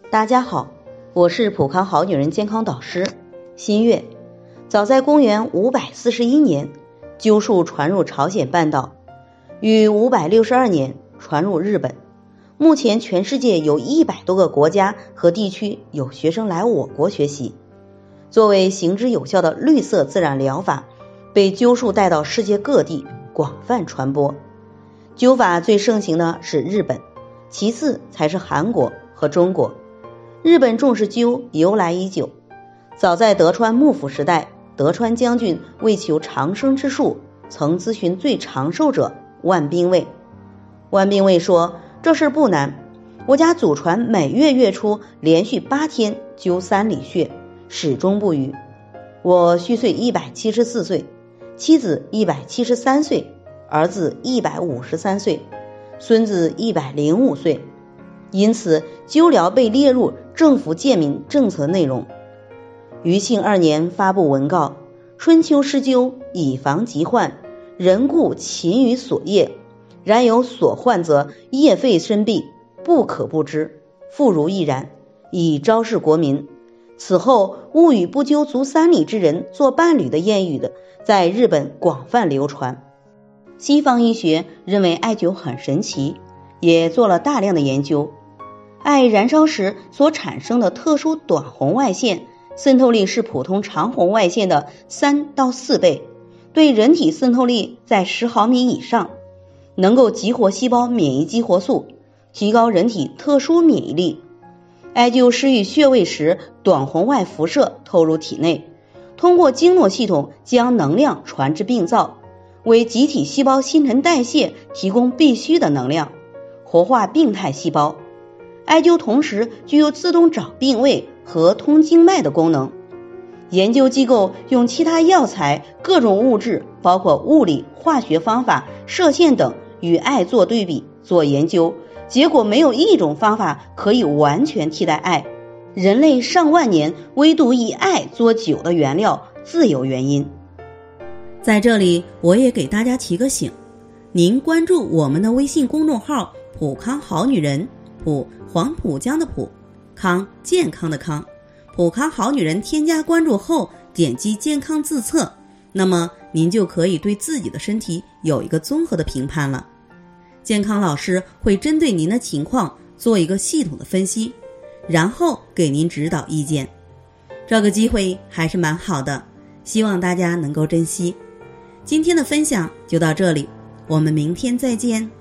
大家好，我是普康好女人健康导师新月。早在公元541年，灸术传入朝鲜半岛，于562年传入日本。目前全世界有100多个国家和地区有学生来我国学习。作为行之有效的绿色自然疗法，被灸术带到世界各地广泛传播。灸法最盛行的是日本，其次才是韩国和中国。日本重视灸由来已久，早在德川幕府时代，德川将军为求长生之术，曾咨询最长寿者万兵卫。万兵卫说，这事不难，我家祖传每月月初连续8天灸3里穴，始终不渝。我虚岁174岁，妻子173岁，儿子153岁，孙子105岁。因此灸疗被列入政府健民政策内容。余庆2年发布文告，春秋施灸，以防疾患，人固勤于所业，然有所患则业废身弊，不可不知，妇孺亦然，以昭示国民。此后勿与不灸足3里之人做伴侣的谚语在日本广泛流传。西方医学认为艾灸很神奇，也做了大量的研究。艾燃烧时所产生的特殊短红外线渗透力是普通长红外线的3到4倍，对人体渗透力在10毫米以上，能够激活细胞免疫激活素，提高人体特殊免疫力。艾灸施于穴位时，短红外辐射透入体内，通过经络系统将能量传至病灶，为集体细胞新陈代谢提供必需的能量，活化病态细胞。艾灸同时具有自动找病位和通经脉的功能。研究机构用其他药材、各种物质，包括物理、化学方法、射线等与艾做对比做研究，结果没有一种方法可以完全替代艾。人类上万年唯独以艾做灸的原料自有原因。 在这里我也给大家提个醒，您关注我们的微信公众号普康好女人，普黄浦江的浦，康健康的康，普康好女人添加关注后点击健康自测，那么您就可以对自己的身体有一个综合的评判了。健康老师会针对您的情况做一个系统的分析，然后给您指导意见。这个机会还是蛮好的，希望大家能够珍惜。今天的分享就到这里，我们明天再见。